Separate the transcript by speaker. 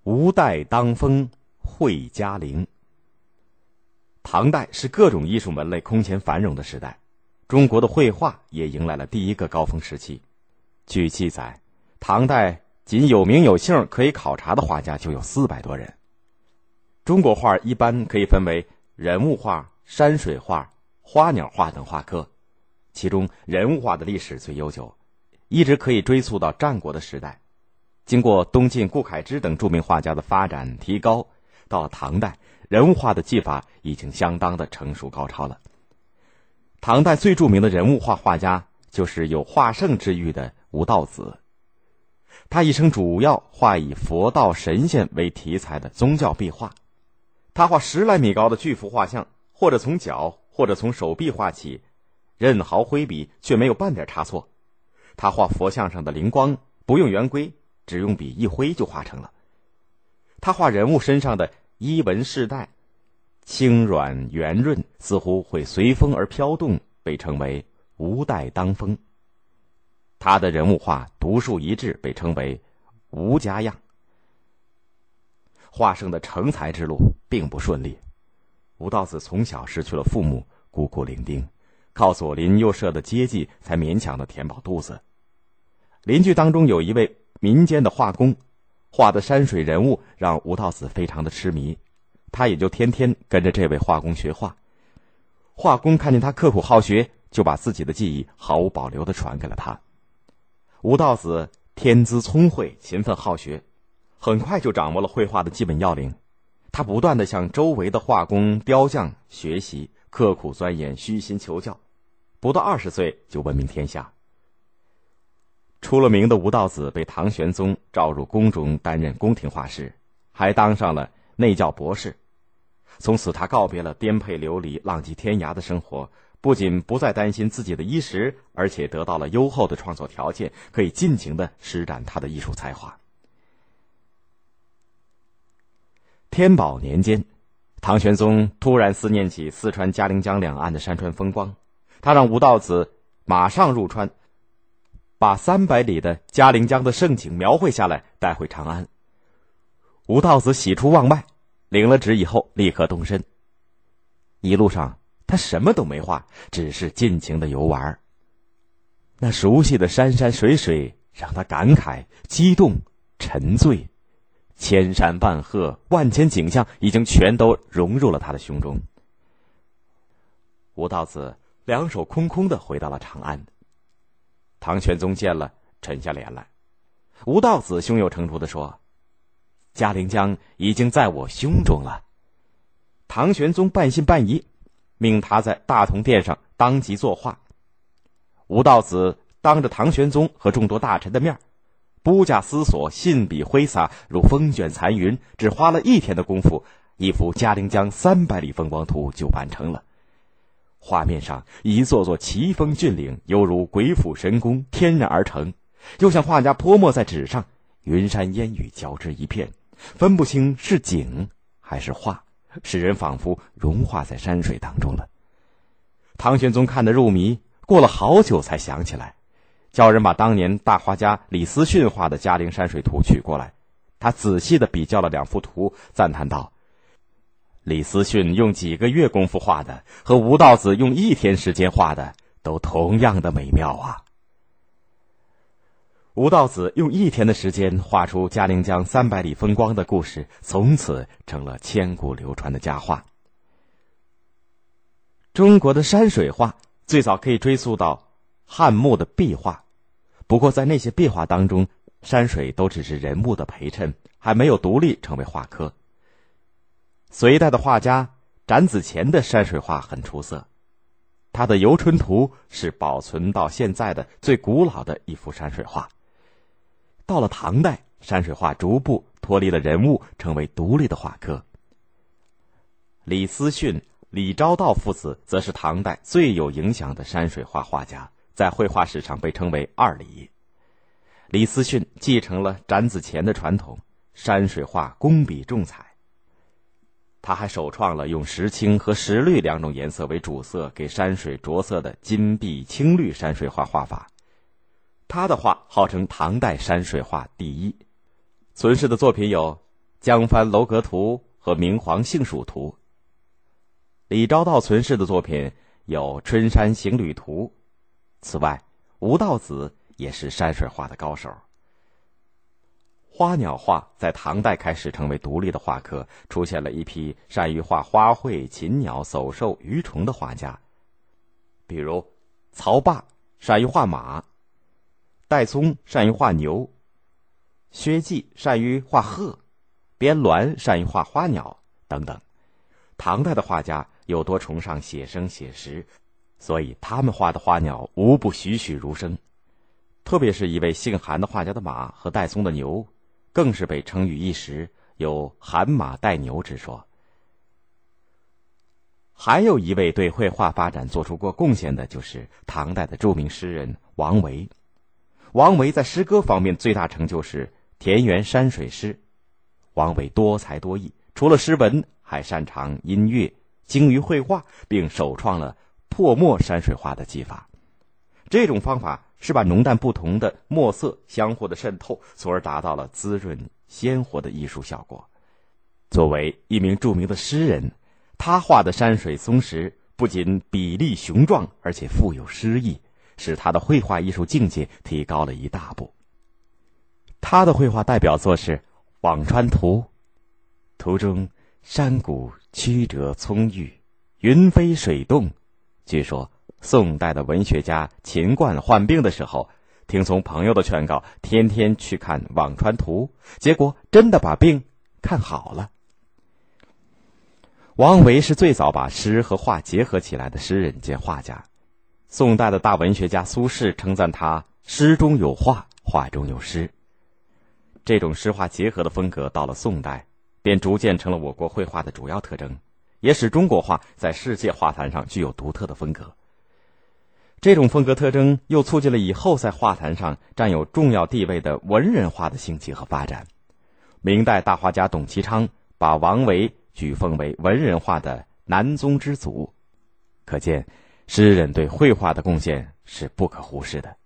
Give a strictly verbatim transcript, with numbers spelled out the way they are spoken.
Speaker 1: 吴代当风绘嘉陵。唐代是各种艺术门类空前繁荣的时代，中国的绘画也迎来了第一个高峰时期。据记载，唐代仅有名有姓可以考察的画家就有四百多人。中国画一般可以分为人物画、山水画、花鸟画等画科，其中人物画的历史最悠久，一直可以追溯到战国的时代。经过东晋顾恺之等著名画家的发展提高，到了唐代，人物画的技法已经相当的成熟高超了。唐代最著名的人物画画家就是有画圣之誉的吴道子。他一生主要画以佛道神仙为题材的宗教壁画。他画十来米高的巨幅画像，或者从脚或者从手臂画起，任毫挥笔却没有半点差错。他画佛像上的灵光不用圆规，只用笔一挥就画成了。他画人物身上的衣纹饰带轻软圆润，似乎会随风而飘动，被称为吴带当风。他的人物画独树一帜，被称为吴家样。画圣的成才之路并不顺利，吴道子从小失去了父母，孤苦伶仃，靠左邻右舍的接济才勉强的填饱肚子。邻居当中有一位民间的画工，画的山水人物让吴道子非常的痴迷，他也就天天跟着这位画工学画。画工看见他刻苦好学，就把自己的技艺毫无保留地传给了他。吴道子天资聪慧，勤奋好学，很快就掌握了绘画的基本要领。他不断地向周围的画工雕匠学习，刻苦钻研，虚心求教，不到二十岁就闻名天下。出了名的吴道子被唐玄宗召入宫中担任宫廷画师，还当上了内教博士。从此他告别了颠沛流离、浪迹天涯的生活，不仅不再担心自己的衣食，而且得到了优厚的创作条件，可以尽情地施展他的艺术才华。天宝年间，唐玄宗突然思念起四川嘉陵江两岸的山川风光，他让吴道子马上入川，把三百里的嘉陵江的盛景描绘下来，带回长安。吴道子喜出望外，领了旨以后立刻动身。一路上他什么都没画，只是尽情的游玩。那熟悉的山山水水让他感慨、激动、沉醉，千山万壑、万千景象已经全都融入了他的胸中。吴道子两手空空的回到了长安。唐玄宗见了，沉下脸来。吴道子胸有成竹地说：“嘉陵江已经在我胸中了。”唐玄宗半信半疑，命他在大同殿上当即作画。吴道子当着唐玄宗和众多大臣的面，不假思索，信笔挥洒，如风卷残云，只花了一天的功夫，一幅嘉陵江三百里风光图就完成了。画面上一座座奇峰峻岭，犹如鬼斧神工，天然而成，又像画家泼墨在纸上，云山烟雨交织一片，分不清是景还是画，使人仿佛融化在山水当中了。唐玄宗看得入迷，过了好久才想起来，叫人把当年大画家李思训画的嘉陵山水图取过来。他仔细地比较了两幅图，赞叹道：“李思训用几个月功夫画的，和吴道子用一天时间画的，都同样的美妙啊！”吴道子用一天的时间画出嘉陵江三百里风光的故事，从此成了千古流传的佳话。中国的山水画最早可以追溯到汉末的壁画，不过在那些壁画当中，山水都只是人物的陪衬，还没有独立成为画科。隋代的画家展子虔的山水画很出色，他的《游春图》是保存到现在的最古老的一幅山水画。到了唐代，山水画逐步脱离了人物，成为独立的画科。李思训、李昭道父子则是唐代最有影响的山水画画家，在绘画史上被称为二李。李思训继承了展子虔的传统，山水画工笔重彩。他还首创了用石青和石绿两种颜色为主色给山水着色的金碧青绿山水画画法。他的画号称唐代山水画第一，存世的作品有江帆楼阁图和明皇杏蜀图。李昭道存世的作品有春山行旅图。此外，吴道子也是山水画的高手。花鸟画在唐代开始成为独立的画科，出现了一批善于画花卉、禽鸟、走兽、鱼虫的画家，比如曹霸善于画马，戴宗善于画牛，薛稷善于画鹤，边鸾善于画花鸟等等。唐代的画家又多崇尚写生写实，所以他们画的花鸟无不栩栩如生。特别是一位姓韩的画家的马和戴宗的牛，更是被称誉一时，有韩马戴牛之说。还有一位对绘画发展做出过贡献的，就是唐代的著名诗人王维。王维在诗歌方面最大成就是田园山水诗。王维多才多艺，除了诗文，还擅长音乐，精于绘画，并首创了破墨山水画的技法。这种方法是把浓淡不同的墨色相互的渗透，从而达到了滋润鲜活的艺术效果。作为一名著名的诗人，他画的山水松石不仅比例雄壮，而且富有诗意，使他的绘画艺术境界提高了一大步。他的绘画代表作是《辋川图》，图中山谷曲折葱郁，云飞水动。据说宋代的文学家秦观患病的时候，听从朋友的劝告，天天去看《辋川图》，结果真的把病看好了。王维是最早把诗和画结合起来的诗人兼画家。宋代的大文学家苏轼称赞他诗中有画，画中有诗。这种诗画结合的风格到了宋代，便逐渐成了我国绘画的主要特征，也使中国画在世界画坛上具有独特的风格。这种风格特征又促进了以后在画坛上占有重要地位的文人画的兴起和发展。明代大画家董其昌把王维举奉为文人画的南宗之祖，可见诗人对绘画的贡献是不可忽视的。